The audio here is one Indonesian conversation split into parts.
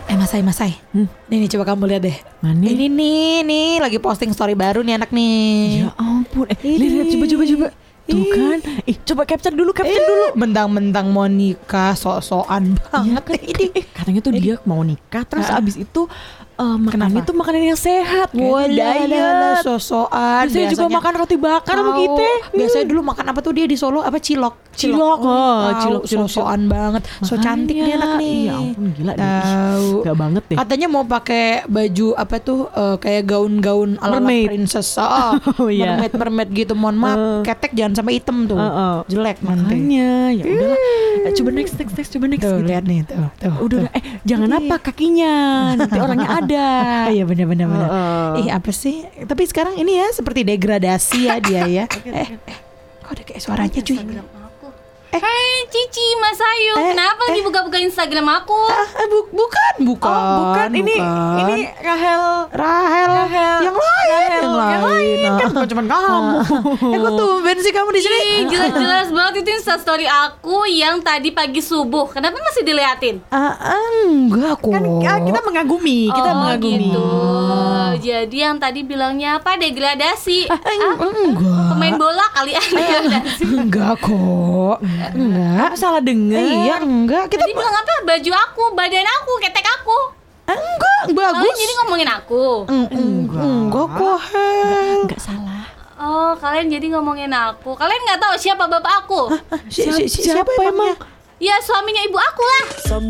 Masai. Nih coba kamu lihat deh. Mana? Ini nih lagi posting story baru nih anak nih. Ya ampun. Lihat coba. Tuh kan. Coba capture dulu. Mentang-mentang mau nikah, sok-sokan banget. Katanya tuh dia mau nikah, terus abis itu makan itu makanan yang sehat. Walah, sok-sokan. Biasanya juga makan roti bakar begitu. Biasanya dulu makan apa tuh dia di Solo? Apa cilok. Cilok. Sok-sokan banget. So cantik nih anak nih. Ya ampun gila deh. Tahu. Gak banget deh. Katanya mau pakai baju apa tuh kayak gaun-gaun ala princess. Mermaid gitu. Mohon maaf, ketek jangan sampai hitam tuh. Jelek nanti. Makanya ya udahlah. Coba next coba next. Tuh, gitu. lihat nih tuh. Udah. Jangan apa kakinya. Nanti orangnya ada. Iya benar. Apa sih? Tapi sekarang ini ya seperti degradasi ya dia ya. Kok ada kayak suaranya cuy? Hai Cici, Mas Ayu, kenapa lagi buka-buka Instagram aku? Bukan. Ini Rahel yang lain. Kan bukan cuma kamu. Kok tumben sih kamu di sini? Jelas banget itu Instastory aku yang tadi pagi subuh. Kenapa masih diliatin? Enggak kok. Kan kita mengagumi. Gitu. Jadi yang tadi bilangnya apa? Degradasi. Enggak. Pemain bola kali ya degradasi. Enggak kok. Enggak. Aku salah dengar. Iya, enggak. Kita tadi bilang apa? Baju aku, badan aku, ketek aku. Enggak, bagus. Jadi ngomongin aku. Enggak kok, Hel. Enggak salah. Oh, kalian jadi ngomongin aku. Kalian nggak tahu siapa bapak aku? Siapa emang? Ya suaminya ibu aku lah.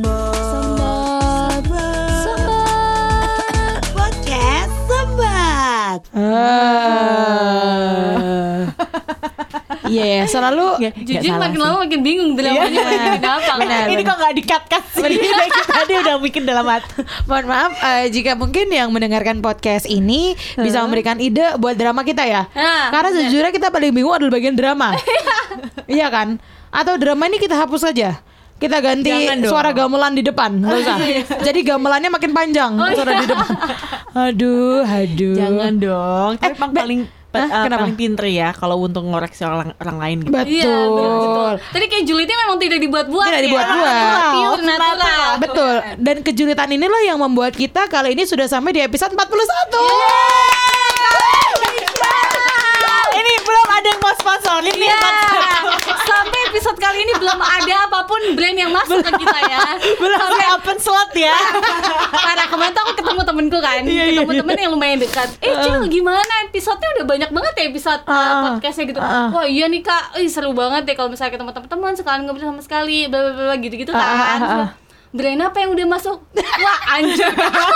Podcast Sobat. Iya, selalu jujur makin lama makin bingung dramanya apa. Ini kok nggak di-cut sih? Tadi udah bikin dalam hati. Mohon maaf jika mungkin yang mendengarkan podcast ini bisa memberikan ide buat drama kita ya. Karena sejujurnya kita paling bingung adalah bagian drama. Iya kan? Atau drama ini kita hapus saja. Kita ganti suara gamelan di depan, nggak usah. Jadi gamelannya makin panjang suara di depan. Aduh. Jangan dong. Tapi paling paling pinter ya kalau untuk ngoreksi orang lain gitu. Betul. Tadi kayak julidnya memang tidak dibuat-buat. Tidak dibuat-buat. Pure natural. Betul. Dan kejulitan inilah yang membuat kita kali ini sudah sampai di episode 41. Ini belum ada yang mau sponsorin nih. Sampai episode kali ini belum ada apapun brand yang masuk ke kita ya. Belum sampai open slot ya. Karena kemarin tuh aku ketemu temenku kan, ketemu temen yang lumayan dekat. Cil gimana episodenya udah banyak banget ya episode podcastnya gitu. Wah iya nih kak, seru banget deh kalau misalnya ketemu teman-teman sekalian ngobrol sama sekali, bla bla bla gitu kan. Brand apa yang udah masuk? Wah anjir.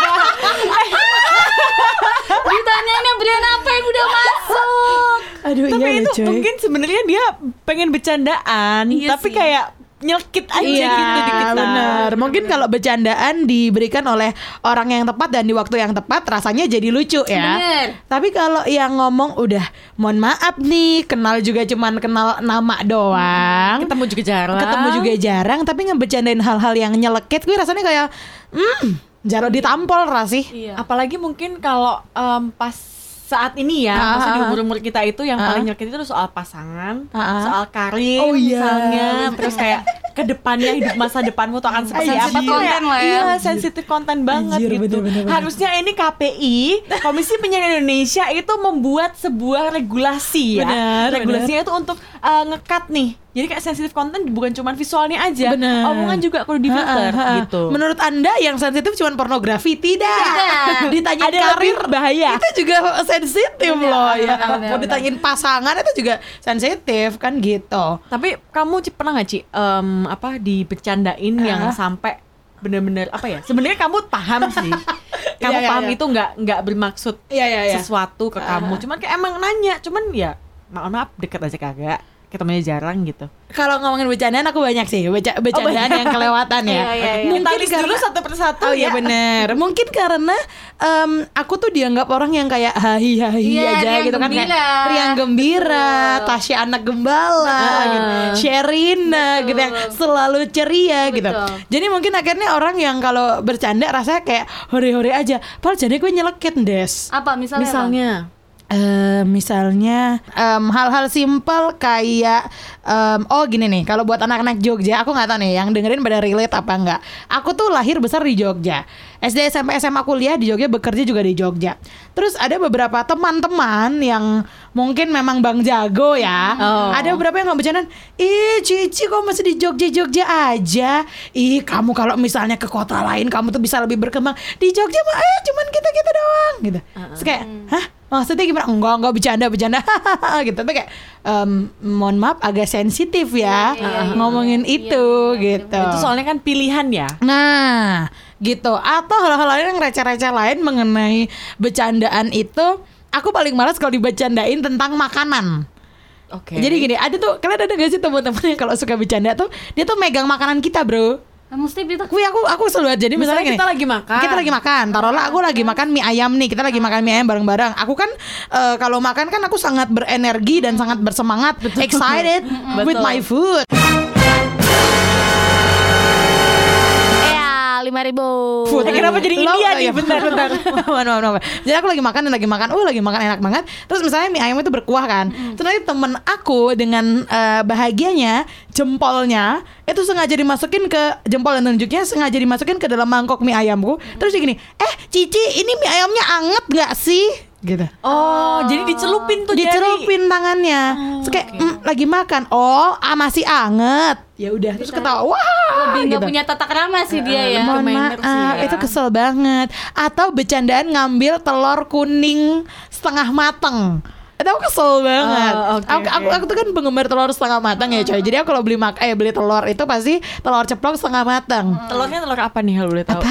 Ditanyainnya brand apa yang udah masuk. Aduh, tapi iya itu mungkin sebenarnya dia pengen bercandaan, tapi sih. Kayak nyelkit aja gitu dikit. Benar. Mungkin kalau bercandaan diberikan oleh orang yang tepat dan di waktu yang tepat rasanya jadi lucu ya. Bener. Tapi kalau yang ngomong udah mohon maaf nih, kenal juga cuman kenal nama doang. Ketemu juga jarang. Tapi ngebercandain hal-hal yang nyelekit gue rasanya kayak jaro ditampol rasih. Iya. Apalagi mungkin kalau pas saat ini ya, maksudnya di umur-umur kita itu yang paling nyelkit itu soal pasangan, soal karir misalnya, terus kayak ke depannya hidup masa depanmu tuh akan seperti apa, konten lah ya. Iya, sensitif konten banget gitu. Bener. Harusnya ini KPI, Komisi Penyiaran Indonesia itu membuat sebuah regulasi ya. Regulasinya itu untuk nge-cut nih. Jadi kayak sensitif konten bukan cuma visualnya aja, omongan juga perlu di-filter gitu. Menurut Anda yang sensitif cuma pornografi? Tidak. Ditanyain ada karir bahaya. itu juga sensitif loh ya. Mau bener. ditanyain pasangan itu juga sensitif kan gitu. Tapi kamu pernah nggak Ci dibercandain yang sampai bener-bener apa ya? Sebenarnya kamu paham sih. Kamu paham itu nggak bermaksud sesuatu ke kamu. Cuman kayak emang nanya. Cuman ya maaf deket aja kagak. Ketemunya jarang gitu. Kalau ngomongin bercandaan aku banyak sih bercandaan yang kelewatan ya. Mungkin kita list dulu satu persatu ya. Bener. Mungkin karena aku tuh dianggap orang yang kayak hahi aja gitu kan, kayak riang gembira, Tasya anak gembala, gitu. Sherina gitu yang selalu ceria gitu. Jadi mungkin akhirnya orang yang kalau bercanda rasanya kayak hore-hore aja. Padahal jadi gue nyelekit des. Apa misalnya? Misalnya hal-hal simpel kayak gini nih, kalau buat anak-anak Jogja, aku nggak tahu nih yang dengerin pada relate apa enggak. Aku tuh lahir besar di Jogja, SD SMP SMA kuliah di Jogja, bekerja juga di Jogja. Terus ada beberapa teman-teman yang mungkin memang Bang Jago ya. Ada beberapa yang nggak ih Cici kok masih di Jogja aja. Ih kamu kalau misalnya ke kota lain kamu tuh bisa lebih berkembang. Di Jogja mah cuman kita doang gitu. Terus kayak hah? Maksudnya gimana? Enggak bercanda gitu. Tapi kayak mohon maaf agak sensitif ya ngomongin itu gitu. Itu soalnya kan pilihan ya. Nah, gitu. Atau hal-hal lain yang receh-receh lain mengenai bercandaan itu, aku paling malas kalau dibercandain tentang makanan. Oke. Jadi gini, ada tuh, kalian ada gak sih teman-teman yang kalau suka bercanda tuh dia tuh megang makanan kita, bro? Mesti itu. Aku selalu jadi misalnya gini, kita lagi makan. Taruhlah aku lagi makan mie ayam nih. Kita lagi makan mie ayam bareng-bareng. Aku kan kalau makan kan aku sangat berenergi dan sangat bersemangat, excited with my food. 5.000. Kenapa jadi India nih? Bentar. Maaf. Jadi aku lagi makan enak banget. Terus misalnya mie ayam itu berkuah kan. Terus nanti temen aku dengan bahagianya jempolnya itu sengaja dimasukin ke jempol dan tunjuknya sengaja dimasukin ke dalam mangkok mie ayamku. Terus dia gini, Cici ini mie ayamnya anget gak sih? Gitu. Jadi dicelupin tuh tangannya. Terus kayak lagi makan. Masih anget. Ya udah terus ketawa. Wah, lebih nggak gitu. punya tata krama sih dia ya. Mohon maaf, itu kesel banget. Atau bercandaan ngambil telur kuning setengah mateng. Itu aku kesel banget. Aku tuh kan penggemar telur setengah matang ya coy. Jadi aku kalau beli telur itu pasti telur ceplok setengah matang. Telurnya telur apa nih kalau boleh tahu?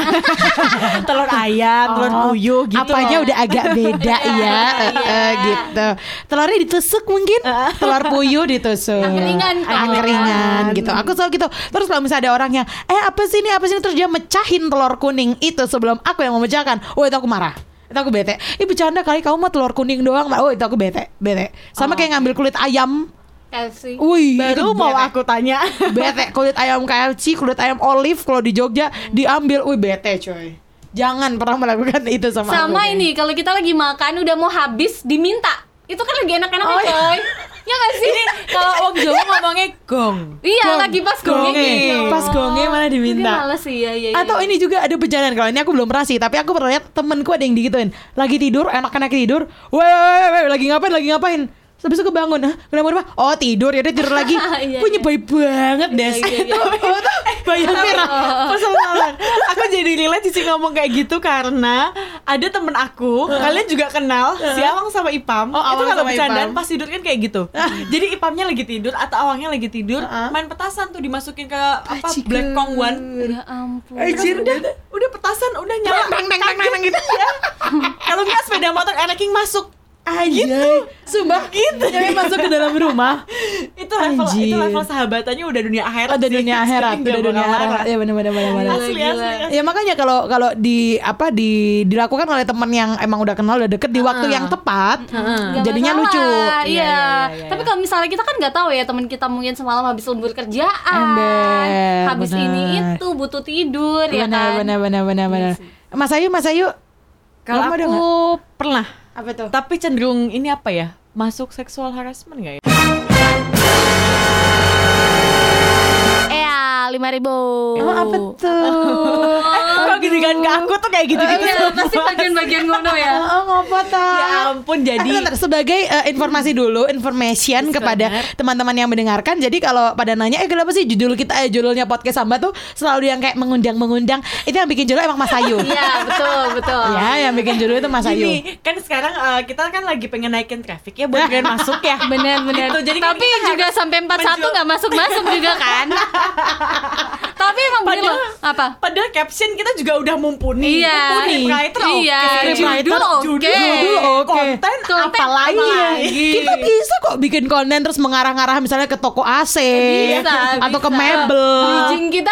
Telur ayam, telur puyuh gitu. Apanya udah agak beda ya. Gitu. Telurnya ditusuk mungkin. Telur puyuh ditusuk. Angkringan gitu. Aku selalu gitu. Terus kalau misalnya ada orang yang apa sih ini terus dia mecahin telur kuning itu sebelum aku yang memecahkan. Itu aku marah. Itu aku bete. Bercanda kali kamu mah telur kuning doang. Itu aku bete. Sama kayak ngambil kulit ayam KFC. Baru mau aku tanya. Bete, kulit ayam KFC, kulit ayam olive kalau di Jogja diambil. Bete coy. Jangan pernah melakukan itu sama aku. Sama ini kalau kita lagi makan udah mau habis diminta. Itu kan lagi enak-enaknya coy. Ya gak sih? Kalau Om Jawa ngomongnya gong. Iya, lagi pas gongnya. Pas gongnya mana diminta. Jadi males sih, iya. Atau ini juga ada bercandaan. Kalau ini aku belum pernah sih, tapi aku pernah lihat temenku ada yang digituin. Lagi tidur, enak-enak tidur. Weh, lagi ngapain? Habis itu kebangun, kenapa? Tidur, ya udah tidur lagi. Punya bayi banget, Des. Bayang merah. Persoalan. Aku jadi relate Cici ngomong kayak gitu karena ada temen aku, kalian juga kenal, si Awang sama Ipam. Itu kalau bercandaan pas tidur kan kayak gitu. Jadi Ipamnya lagi tidur atau Awangnya lagi tidur, main petasan tuh dimasukin ke Black Kong One. Ya ampun. Udah petasan, udah nyala. Tang gitu ya. Kalau enggak sepeda motor Anaking masuk. Gitu. Sumpah gitu. Jadi masuk ke dalam rumah. Itu level sahabatannya udah dunia akhirat. Udah dunia akhirat. Ya benar. Asli. Ya makanya kalau dilakukan oleh teman yang emang udah kenal, udah deket di waktu yang tepat, jadinya lucu. Iya. Tapi kalau misalnya kita kan nggak tahu ya teman kita mungkin semalam habis lembur kerjaan, habis ini itu butuh tidur ya kan. Benar. Mas Ayu. Kalau aku pernah. Apa tuh? Tapi cenderung ini apa ya? Masuk seksual harassment nggak ya? 5.000. Apa tuh? Kok gini kan ke aku tuh kayak gitu-gitu. Pasti bagian-bagian ngono ya. Ngapa tak? Ya ampun, jadi sebagai informasi dulu, information kepada teman-teman yang mendengarkan. Jadi kalau pada nanya, kenapa sih judulnya podcast Samba tuh selalu yang kayak mengundang. Itu yang bikin judul emang Mas Ayu. Iya, betul. Ya, yang bikin judul itu Mas Ayu. Gini, kan sekarang kita kan lagi pengen naikin traffic ya buat kalian masuk ya. Benar. Gitu, jadi tapi juga sampai 41 nggak masuk juga kan. Tapi emang bener loh. Apa? Padahal caption kita juga udah mumpuni. Iya. Judul oke. Konten apalagi. Kita bisa kok bikin konten terus mengarah-ngarah misalnya ke toko AC bisa, atau ke mebel. Bridging kita kan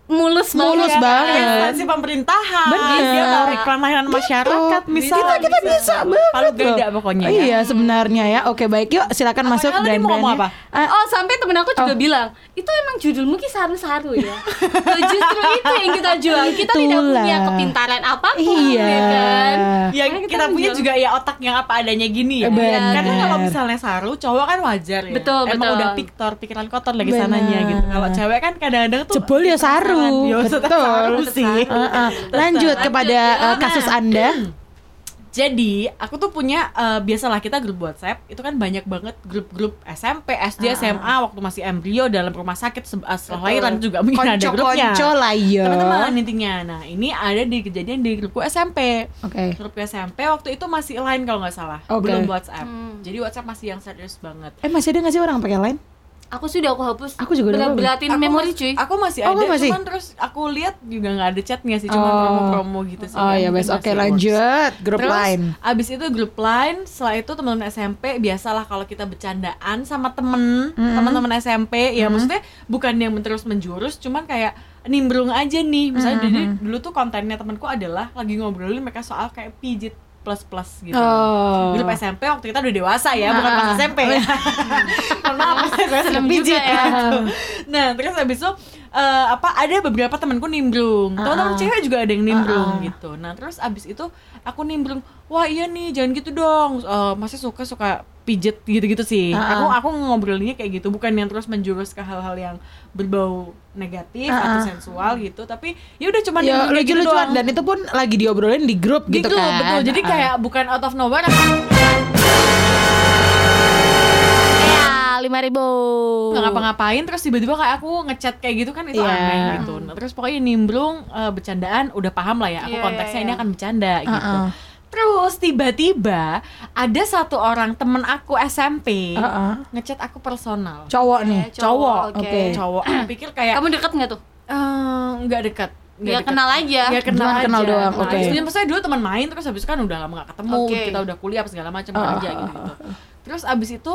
mulus banget. Instansi pemerintahan. Dia tahu iklan layanan masyarakat. Misalnya kita bisa banget. Palu gada pokoknya. Iya sebenarnya ya. Oke baik yuk silakan masuk brand-brandnya. Sampai temen aku juga bilang itu emang judulmu ki saru-saru ya. Justru itu yang kita jual. Kita tidak punya kepintaran apapun ya kan. Yang kita punya juga ya otak yang apa adanya gini ya. Karena kalau misalnya saru cowok kan wajar ya. Betul. Emang udah pikiran kotor lagi sananya gitu. Kalau cewek kan kadang-kadang tuh jebol ya saru. Betul sih. Lanjut kepada kasus Anda. Jadi aku tuh punya biasalah kita grup WhatsApp itu kan banyak banget grup-grup SMP, SD, SMA waktu masih embrio dalam rumah sakit setelah lahiran juga mungkin ada grupnya. Konco lah ya. Teman-teman intinya. Nah ini ada di kejadian di grupku SMP. Grupku SMP waktu itu masih Line kalau nggak salah, belum WhatsApp. Jadi WhatsApp masih yang serius banget. Masih ada nggak sih orang pakai Line? Aku sudah hapus. Aku juga udah beratin memori cuy. Aku masih ada, cuman terus aku lihat juga nggak ada chatnya sih, cuma promo-promo gitu sih. Ya bes, oke lanjut grup Line. Abis itu grup Line, setelah itu teman-teman SMP biasalah kalau kita bercandaan sama teman-teman SMP, ya maksudnya bukan yang terus menjurus, cuman kayak nimbrung aja nih. Misalnya dulu tuh kontennya temanku adalah lagi ngobrolin mereka soal kayak pijit plus gitu. Grup SMP waktu kita udah dewasa ya, bukan pas SMP ya. Karena saya sedang pijit ya. Nah, terus habis itu ada beberapa temanku nimbrung. Teman-teman cewek juga ada yang nimbrung gitu. Nah, terus abis itu aku nimbrung, wah iya nih jangan gitu dong. Masih suka pijet gitu-gitu sih. Aku ngobrolinnya kayak gitu, bukan yang terus menjurus ke hal-hal yang berbau negatif atau sensual gitu, tapi ya udah cuma ya, lucu-lucuan dan itu pun lagi diobrolin di grup gitu kan. Betul. Jadi kayak bukan out of nowhere. Ya 5.000 nggak ngapa-ngapain terus tiba-tiba kayak aku ngechat kayak gitu kan itu aneh gitu. Nah, terus pokoknya nimbrung bercandaan udah paham lah ya aku konteksnya ini akan bercanda gitu. Terus tiba-tiba ada satu orang temen aku SMP ngechat aku personal. Cowok nih. Cowok. Cowok. Aku pikir kayak kamu deket nggak tuh? Nggak dekat. Ya kenal aja. Ya kenal doang. Maksudnya dulu teman main terus habis itu kan udah lama gak ketemu. Kita udah kuliah apa segala macam kerja gitu. Terus abis itu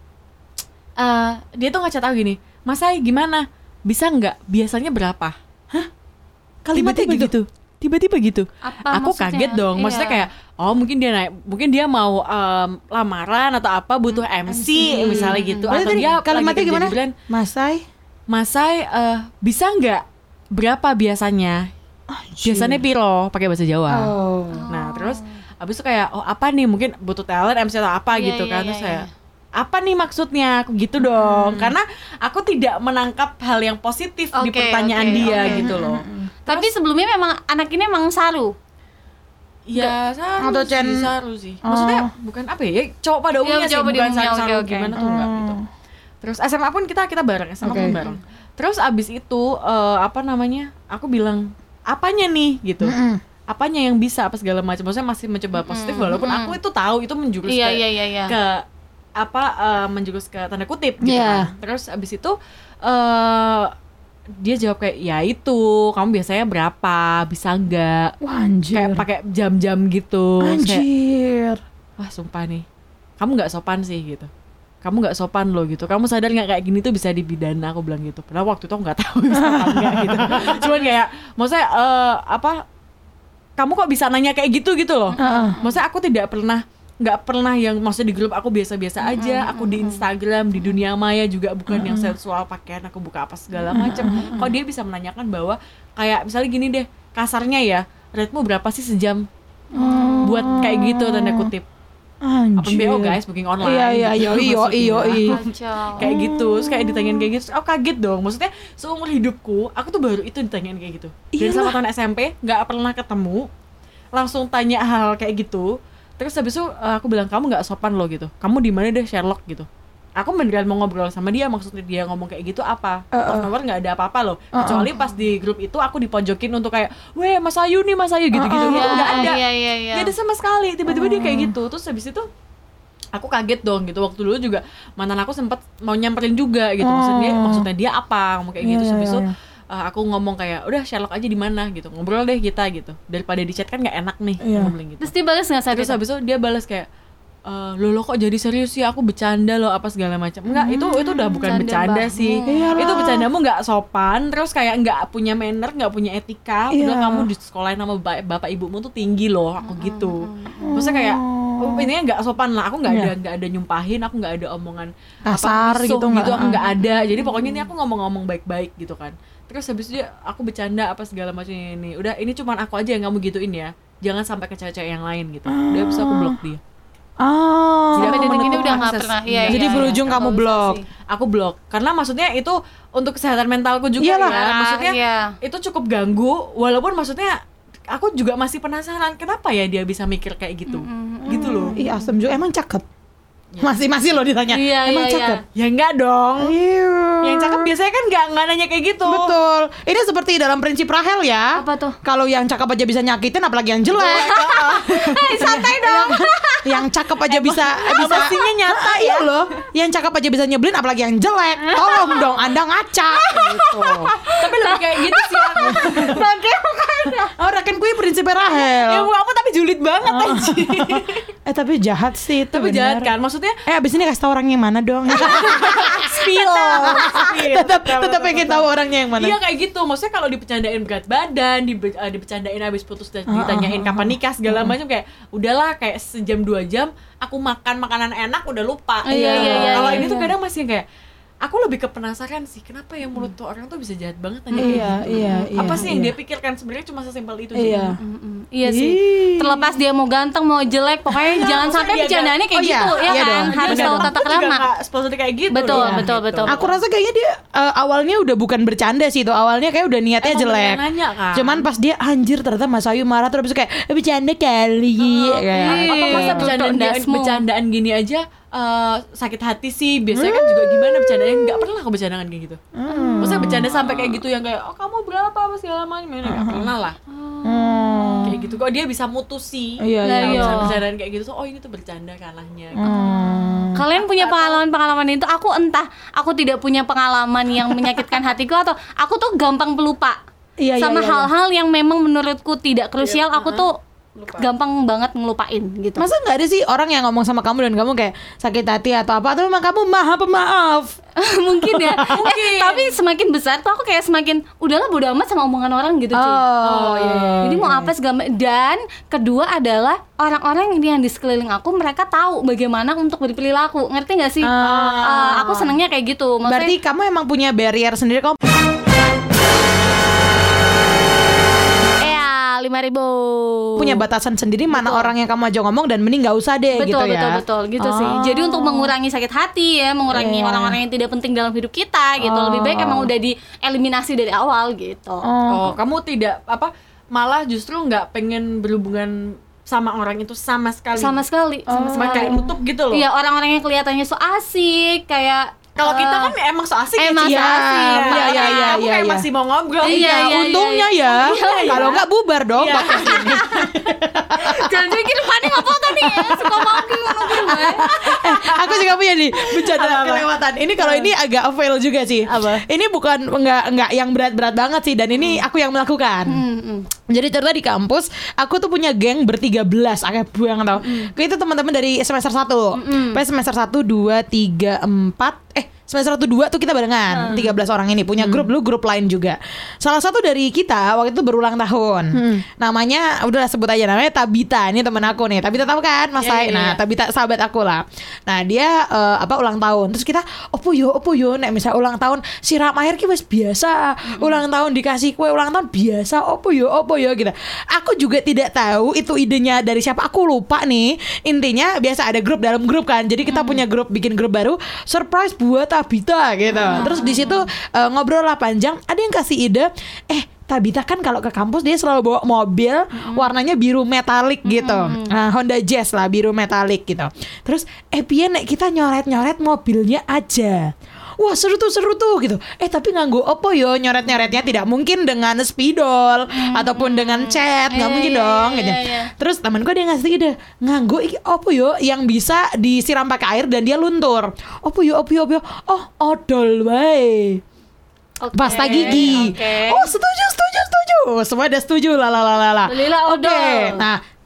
dia tuh ngechat aku gini, Mas Ai gimana? Bisa nggak? Biasanya berapa? Hah? Kalimatnya gitu. Tiba-tiba gitu. Aku maksudnya? Kaget dong. Maksudnya kayak mungkin dia mau lamaran atau apa butuh MC misalnya gitu. Atau dia kalimatnya gimana? Mas Ai bisa nggak? Berapa biasanya? Biasanya piro pakai bahasa Jawa. Nah, terus abis itu kayak apa nih mungkin butuh talent MC atau apa gitu kan. Terus saya apa nih maksudnya? Aku gitu dong. Karena aku tidak menangkap hal yang positif di pertanyaan dia gitu loh. Tapi sebelumnya memang anak ini emang saru. Ya, saru sih. Maksudnya bukan apa ya? Cowok pada umumnya sih, bukan saru gimana tuh enggak gitu. Terus SMA pun kita bareng, SMA pun bareng. Terus abis itu aku bilang, apanya nih gitu. Apanya yang bisa apa segala macam. Maksudnya masih mencoba positif walaupun aku itu tahu itu menjurus ke menjurus ke tanda kutip gitu kan. Terus abis itu dia jawab kayak ya itu kamu biasanya berapa, bisa nggak? Wah, anjir. Kayak pakai jam-jam gitu. Anjir. Kayak, wah sumpah nih, kamu nggak sopan sih gitu. Kamu nggak sopan loh gitu. Kamu sadar nggak kayak gini tuh bisa dipidana? Aku bilang gitu. Padahal waktu itu aku nggak tahu bisa apa nggak gitu. Cuman kayak maksudnya kamu kok bisa nanya kayak gitu loh. Maksudnya aku nggak pernah yang maksudnya di grup aku biasa-biasa aja. Aku di Instagram, di dunia maya juga bukan yang sensual, pakaian aku buka apa segala macam. Kok dia bisa menanyakan bahwa kayak misalnya gini deh, kasarnya ya, rate-mu berapa sih sejam? Buat kayak gitu tanda kutip. Open BO guys, booking online. Iya. Kayak gitu, terus kayak ditanyain kayak gitu. Aku kaget dong. Maksudnya seumur hidupku, aku tuh baru itu ditanyain kayak gitu. Dari sama tahun SMP, nggak pernah ketemu, langsung tanya hal kayak gitu. Terus habis itu aku bilang kamu nggak sopan loh gitu. Kamu di mana deh Sherlock gitu. Aku beneran mau ngobrol sama dia, maksudnya dia ngomong kayak gitu apa? Nomor nggak ada apa-apa loh. Kecuali pas di grup itu aku dipojokin untuk kayak, weh Mas Ayu gitu-gitu. Nggak ada. Nggak ada sama sekali. Tiba-tiba dia kayak gitu. Terus habis itu aku kaget dong gitu. Waktu dulu juga mantan aku sempet mau nyamperin juga gitu. Maksudnya dia apa? Ngomong kayak gitu. Terus habis itu aku ngomong kayak udah Sherlock aja di mana gitu, ngobrol deh kita gitu, daripada di chat kan nggak enak nih ngomong gitu. Terus dia balas nggak? Terus habis itu dia balas kayak lo kok jadi serius sih, aku bercanda loh apa segala macam. Enggak, itu udah bukan bercanda sih. Itu bercandamu nggak sopan, terus kayak nggak punya manner, nggak punya etika. Udah kamu di sekolahin sama bapak ibumu tuh tinggi loh, aku gitu. Maksudnya kayak intinya nggak sopan lah. Aku nggak ada nyumpahin, aku nggak ada omongan kasar gitu, aku nggak ada. Jadi pokoknya ini aku ngomong baik-baik gitu kan. Terus habis itu aku bercanda apa segala macam ini. Udah, ini cuman aku aja yang kamu gituin ya. Jangan sampai ke cewek-cewek yang lain gitu. Udah bisa aku blok dia. Sampai detik ini udah nggak pernah. Jadi berujung kamu blok. Aku blok karena maksudnya itu untuk kesehatan mentalku juga. Iyalah. Ya. Maksudnya itu cukup ganggu. Walaupun maksudnya aku juga masih penasaran kenapa ya dia bisa mikir kayak gitu. Gitu loh. Iya, asem juga. Emang cakep. Masih lo ditanya. Emang cakep? Ya enggak dong. Yang cakep biasanya kan enggak nanya kayak gitu. Betul. Ini seperti dalam prinsip Rahel ya. Apa tuh? Kalau yang cakep aja bisa nyakitin, apalagi yang jelek. Santai dong. Yang cakep aja bisa pastinya nyata ya loh. Yang cakep aja bisa nyebelin, apalagi yang jelek. Tolong dong, Anda ngaca gitu. Tapi lebih kayak gitu sih aku. Bangke makanya. Kan kui prinsipnya Rahel. Ya kamu tapi julid banget aja. Tapi jahat sih itu. Tapi jahat kan, maksudnya abis ini kasih tau orangnya yang mana dong. Spill. Tetap pengen tahu orangnya yang mana. Iya kayak gitu. Maksudnya kalau dipecandain berat badan, dipecandain habis putus dan ditanyain kapan nikah segala macam, kayak udahlah kayak sejam 2 jam aku makan makanan enak udah lupa. Kalau ini tuh kadang masih kayak aku lebih ke penasaran sih, kenapa ya mulut tuh orang tuh bisa jahat banget tanya kayak gitu. Apa sih yang dia pikirkan, sebenarnya cuma sesimpel itu sih. Iya sih. Terlepas dia mau ganteng mau jelek, pokoknya jangan sampai bercandaannya kayak gitu ya kan. Harus tahu tata krama. Seperti kayak gitu. Betul. Aku rasa kayaknya dia awalnya udah bukan bercanda sih itu. Awalnya kayak udah niatnya jelek. Nanya, kan? Cuman pas dia anjir ternyata Mas Ayu marah terus kayak bercanda kali. Apa masa bercandaan gini aja sakit hati sih. Biasanya kan juga gimana bercandanya, nggak pernah aku bercandaan kayak gitu. Maksudnya bercanda sampai kayak gitu yang kayak kamu berapa apa segala macam, nggak pernah lah. Kayak gitu kok dia bisa mutusi. Bercandaan kayak gitu, ini tuh bercanda kalahnya. Kalian punya pengalaman itu? Aku tidak punya pengalaman yang menyakitkan hatiku, atau aku tuh gampang pelupa sama hal-hal yang memang menurutku tidak krusial. Aku tuh gampang banget ngelupain gitu. Masa nggak ada sih orang yang ngomong sama kamu dan kamu kayak sakit hati atau apa, atau memang kamu maha pemaaf? Mungkin ya. Tapi semakin besar tuh aku kayak semakin udahlah bodo amat sama omongan orang gitu cuy. Jadi mau apa segala. Dan kedua adalah orang-orang yang di sekeliling aku, mereka tahu bagaimana untuk berperilaku. Ngerti nggak sih? Aku senengnya kayak gitu. Maksudnya, berarti kamu emang punya barrier sendiri. Kamu 5.000 punya batasan sendiri mana orang yang kamu aja ngomong dan mending nggak usah deh. Betul gitu sih. Jadi untuk mengurangi sakit hati ya, mengurangi orang-orang yang tidak penting dalam hidup kita gitu, lebih baik emang udah dieliminasi dari awal gitu. Kamu tidak malah justru nggak pengen berhubungan sama orang itu sama sekali kayak nutup gitu loh. Iya, orang-orang yang kelihatannya so asik kayak kalau kita kan emang so asik ya. Aku kayak masih mau ngobrol. Untungnya ya. Kalau nggak bubar dong podcast ini. Jangan pikir panik apa tadi ya. Suka ngobrol. Aku juga punya nih bercanda kelewatan. Ini kalau ini agak fail juga sih. Ini bukan nggak yang berat-berat banget sih, dan ini aku yang melakukan. Jadi cerita di kampus, aku tuh punya geng ber-13, agak buang tau. Itu teman-teman dari semester 1. Semester 1, 2, 3, 4 semester 1-2 tuh kita barengan 13 orang ini punya grup lain juga. Salah satu dari kita waktu itu berulang tahun. Namanya udahlah sebut aja, namanya Tabita. Ini teman aku nih. Tabita tahu kan Mas Sai? Nah, Tabita sahabat aku lah. Nah, dia ulang tahun. Terus kita opo yo nek misal ulang tahun siram air ki wis biasa. Ulang tahun dikasih kue ulang tahun biasa. Opo yo gitu. Aku juga tidak tahu itu idenya dari siapa. Aku lupa nih. Intinya biasa ada grup dalam grup kan. Jadi kita punya grup, bikin grup baru surprise buat Tabita gitu. Terus di situ ngobrol lah panjang. Ada yang kasih ide, Tabita kan kalau ke kampus dia selalu bawa mobil warnanya biru metalik gitu. Honda Jazz lah, biru metalik gitu. Terus piye nek kita nyoret-nyoret mobilnya aja. Wah seru tuh gitu. Tapi nganggo opo yo nyoret-nyoretnya, tidak mungkin dengan spidol ataupun dengan cat, nggak mungkin dong gitu. Terus temanku dia ngasih ide, nganggo opo yo yang bisa disiram pakai air dan dia luntur. Opo yo. Oh odol wae. Pasta gigi. Setuju. Semua udah setuju lah. Belilah odol. Nah,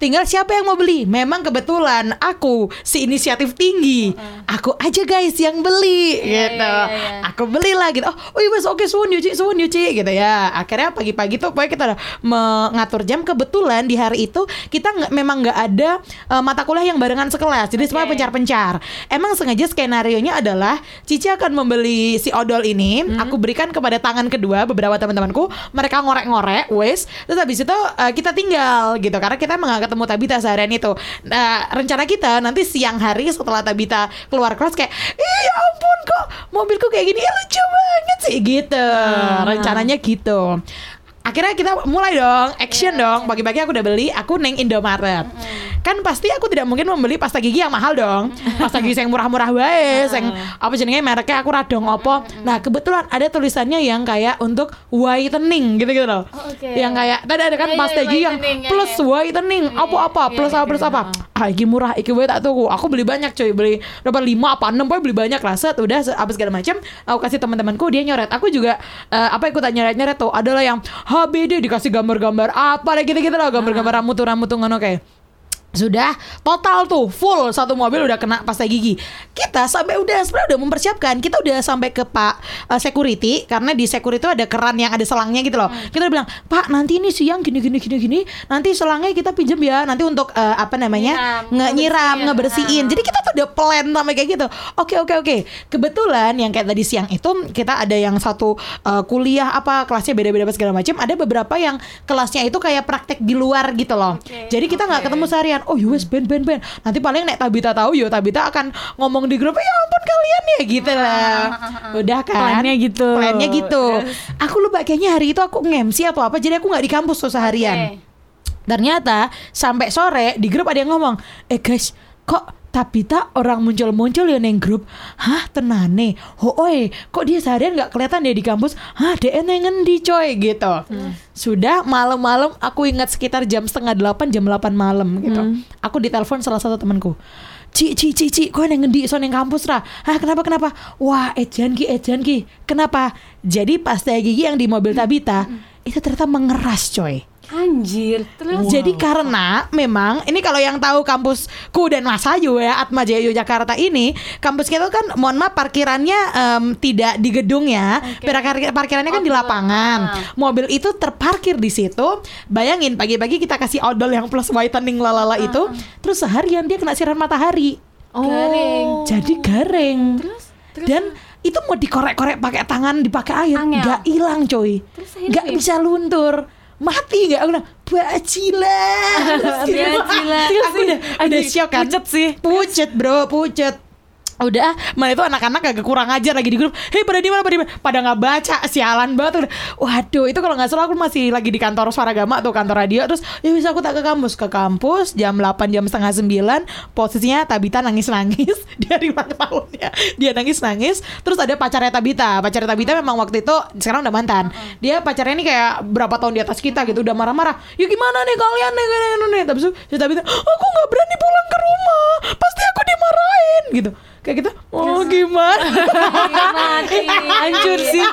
tinggal siapa yang mau beli. Memang kebetulan aku si inisiatif tinggi, aku aja guys yang beli gitu. Aku belilah gitu. Oh iya mas, oke suwun Yuci gitu ya. Akhirnya pagi-pagi tuh pokoknya kita udah mengatur jam. Kebetulan di hari itu kita memang nggak ada mata kuliah yang barengan sekelas, jadi semua pencar-pencar. Emang sengaja skenarionya adalah Cici akan membeli si odol ini, aku berikan kepada tangan kedua beberapa teman-temanku, mereka ngorek-ngorek, terus habis itu kita tinggal gitu, karena kita nggak ketemu Tabita seharian itu. Rencana kita nanti siang hari setelah Tabita keluar kelas kayak, ya ampun kok mobilku kayak gini, ya lucu banget sih gitu. Rencananya gitu. Akhirnya kita mulai dong, action dong. Pagi-pagi aku udah beli, aku neng Indomaret. Kan pasti aku tidak mungkin membeli pasta gigi yang mahal dong. Pasta gigi yang murah-murah wae, yang apa jenenge mereknya aku radong opo. Nah, kebetulan ada tulisannya yang kayak untuk whitening gitu-gitu loh. Yang kayak tadi ada kan pasta gigi yang plus whitening, apa-apa, plus apa. Iki murah, iki wae tak tuku. Aku beli banyak coy, beli dapat 5 apa 6 pokoknya beli banyak lah. Set udah apa segala macam, aku kasih teman-temanku, dia nyoret. Aku juga ikutan nyoret-nyoret tuh. Adalah yang HBD dikasih gambar-gambar apa gitu-gitu lah, gambar-gambar rambut-rambut ngono kayak. Sudah total tuh full satu mobil udah kena pasta gigi. Kita sebenarnya udah mempersiapkan. Kita udah sampai ke Pak security, karena di security itu ada keran yang ada selangnya gitu loh. Kita udah bilang, "Pak, nanti ini siang gini. Nanti selangnya kita pinjam ya. Nanti untuk nyiram, ngebersihin." Jadi kita tuh udah plan sampai kayak gitu. Oke. Kebetulan yang kayak tadi siang itu kita ada yang satu kuliah kelasnya beda-beda segala macam. Ada beberapa yang kelasnya itu kayak praktek di luar gitu loh. Jadi kita nggak ketemu seharian. Oh yowes ben. Nanti paling nek Tabita tahu Tabita akan ngomong di grup, ya ampun kalian ya gitu lah. Udah kan Plannya gitu. Aku lupa kayaknya hari itu aku nge-MC atau apa, jadi aku gak di kampus tuh seharian. Ternyata sampai sore di grup ada yang ngomong, guys, kok Tabita orang muncul ya neng grup. Hah, tenane. Kok dia seharian gak kelihatan dia di kampus? Hah, dia ngendi coy gitu. Sudah malam-malam, aku ingat sekitar jam 7:30, jam 8 malam gitu. Aku ditelepon salah satu temanku. Ci, kok ngendi iso neng kampus ra? Hah, kenapa? Wah, ejan ki. Kenapa? Jadi pasta gigi yang di mobil Tabita itu ternyata mengeras coy. Anjir, terus jadi karena memang ini kalau yang tahu kampusku dan Mas Ayu ya, Atma Jaya Yogyakarta ini, kampus kita kan mohon maaf parkirannya tidak di gedung ya. Parkirannya kan di lapangan. Mobil itu terparkir di situ. Bayangin pagi-pagi kita kasih odol yang plus whitening lalala itu, terus seharian dia kena sinar matahari. Garing. Jadi garing. Terus dan itu mau dikorek-korek pakai tangan, dipakai air, nggak hilang coy. Nggak bisa luntur. Mati gak? Aku bilang bacilah. Aku udah syok kan. Pucet bro. Udah, mana itu anak-anak agak kurang ajar lagi di grup. Hei, pada di mana? Pada nggak baca, sialan banget. Waduh, itu kalau nggak salah aku masih lagi di kantor Suaragama atau kantor radio. Terus ya bisa aku tak ke kampus jam 8, jam setengah 9. Posisinya Tabita nangis-nangis. Dia di ulang tahunnya, dia nangis-nangis. Terus ada pacarnya Tabita memang waktu itu, sekarang udah mantan. Dia pacarnya ini kayak berapa tahun di atas kita gitu, udah marah-marah. Ya gimana nih kalian nih. Tapi si Tabita, aku nggak berani pulang ke rumah, pasti aku dimarahin gitu. Kayak gitu, gimana? Hancur sih.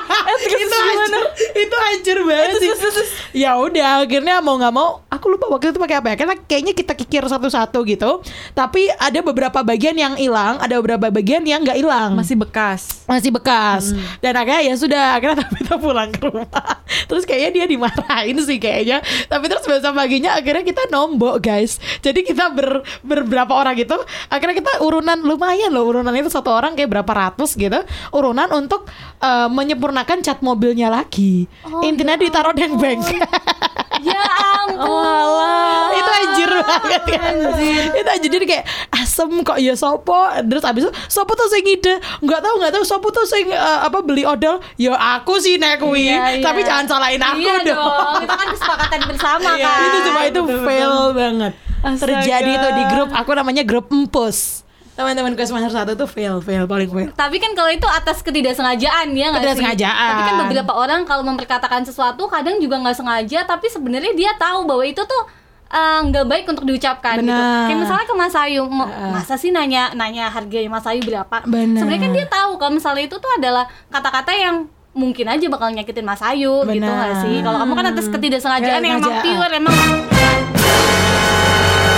Itu hancur banget sih. Ya udah, akhirnya mau nggak mau, aku lupa waktu itu pakai apa ya. Karena kayaknya kita kikir satu-satu gitu. Tapi ada beberapa bagian yang hilang, ada beberapa bagian yang nggak hilang. Masih bekas. Dan akhirnya ya sudah, akhirnya kita pulang ke rumah. Terus kayaknya dia dimarahin sih kayaknya. Tapi terus besok paginya akhirnya kita nombok guys. Jadi kita berberapa orang gitu. Akhirnya kita urunan lumayan loh. Urunan itu satu orang kayak berapa ratus gitu, urunan untuk menyempurnakan cat mobilnya lagi. Intinya ditaruh di bank. Ya ampun. Itu anjir banget kan. Itu anjir, jadi kayak asem kok ya sopo. Terus abis itu sopo tuh sing ide. Enggak tahu sopo tuh sing beli odol. Ya aku sih nek kuwi. Tapi jangan salahin aku dong. Itu kan kesepakatan bersama kan. Itu cuma itu fail banget. Terjadi itu di grup aku, namanya grup Empus. Teman-teman gue semester 1 tuh fail paling fail. Tapi kan kalau itu atas ketidaksengajaan ya nggak sih? Tapi kan beberapa orang kalau memperkatakan sesuatu kadang juga nggak sengaja, tapi sebenarnya dia tahu bahwa itu tuh nggak baik untuk diucapkan. Gitu. Kayak misalnya ke Mas Ayu, masa sih nanya harganya Mas Ayu berapa? Sebenarnya kan dia tahu kalau misalnya itu tuh adalah kata-kata yang mungkin aja bakal nyakitin Mas Ayu. Gitu nggak sih? Kalau kamu kan atas ketidaksengajaan yang emang pure, emang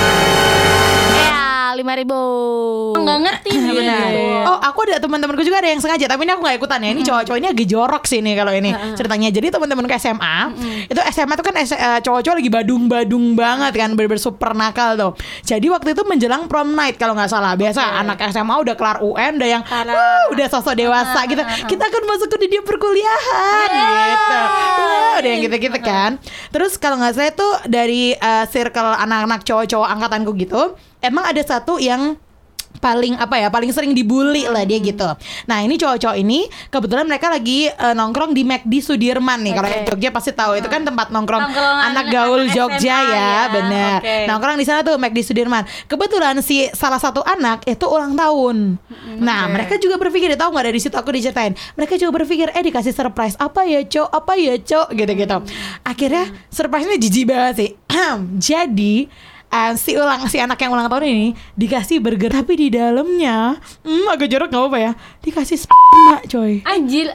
5.000. Nggak ngerti benar. Oh, aku ada teman-temanku juga ada yang sengaja, tapi ini aku nggak ikutan ya. Ini cowok-cowok ini agak jorok sih nih kalau ini ceritanya. Jadi teman-temanku SMA, itu SMA tuh kan cowok-cowok lagi badung-badung banget kan, bener-bener super nakal tuh. Jadi waktu itu menjelang prom night kalau nggak salah. Biasa anak SMA udah kelar UN, udah yang udah sosok dewasa gitu. Kita akan masuk ke dunia perkuliahan gitu. Udah yang gitu-gitu kan. Terus kalau nggak salah itu dari circle anak-anak cowok-cowok angkatanku gitu, emang ada satu yang paling sering dibully lah dia gitu. Nah ini cowok-cowok ini kebetulan mereka lagi nongkrong di McD Sudirman nih. Kalau Jogja pasti tahu itu kan tempat nongkrong anak gaul Jogja ya, bener. Nongkrong di sana tuh McD Sudirman. Kebetulan si salah satu anak itu ulang tahun. Nah mereka juga berpikir, tahu nggak, dari situ aku diceritain. Mereka juga berpikir dikasih surprise apa ya cok gitu-gitu. Akhirnya surprise-nya jijik banget sih. Jadi si anak yang ulang tahun ini dikasih burger, tapi di dalamnya agak jorok, nggak apa-apa ya, dikasih sperma coy. Anjir.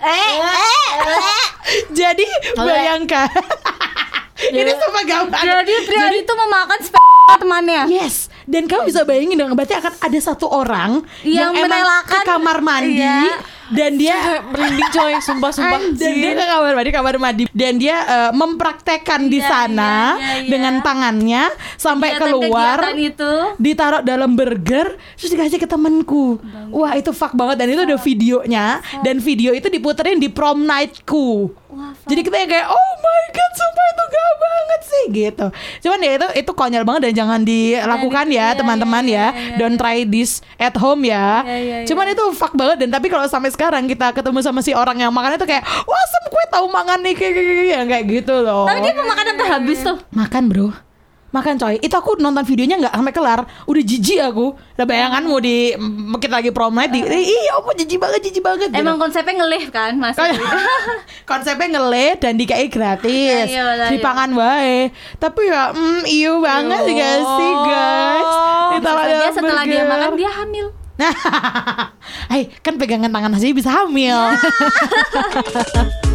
Jadi bayangkan ini sama gambar. Jadi pria itu memakan sperma temannya. Yes. Dan kamu bisa bayangin dong, berarti akan ada satu orang yang emang ke kamar mandi. Dan dia merinding coy, sumpah. Dan dia ke kamar mandi dan dia mempraktekkan di sana dengan tangannya sampai keluar, ditaruh dalam burger, terus dikasih ke temanku. Wah itu fuck banget, dan itu ada videonya, dan video itu diputerin di prom nightku. Jadi kita kayak oh my god, sumpah itu gak banget sih gitu. Cuman ya itu konyol banget dan jangan dilakukan ya teman-teman ya. Don't try this at home ya. Cuman itu fuck banget, dan tapi kalau sampai sekarang kita ketemu sama si orang yang makan itu kayak wah gue tahu makan nih kayak gitu loh. Tapi dia mau makan sampai habis tuh. Makan coy. Itu aku nonton videonya nggak sampai kelar, udah jijik aku. Udah bayanganmu kita lagi prom night iya apa jijik banget. Emang konsepnya ngelih kan Mas? Konsepnya ngelih dan dikai gratis. Dipangan wae. Tapi ya iyo banget gak sih guys. Dia setelah dia makan dia hamil. Nah, kan pegangan tangan aja bisa hamil.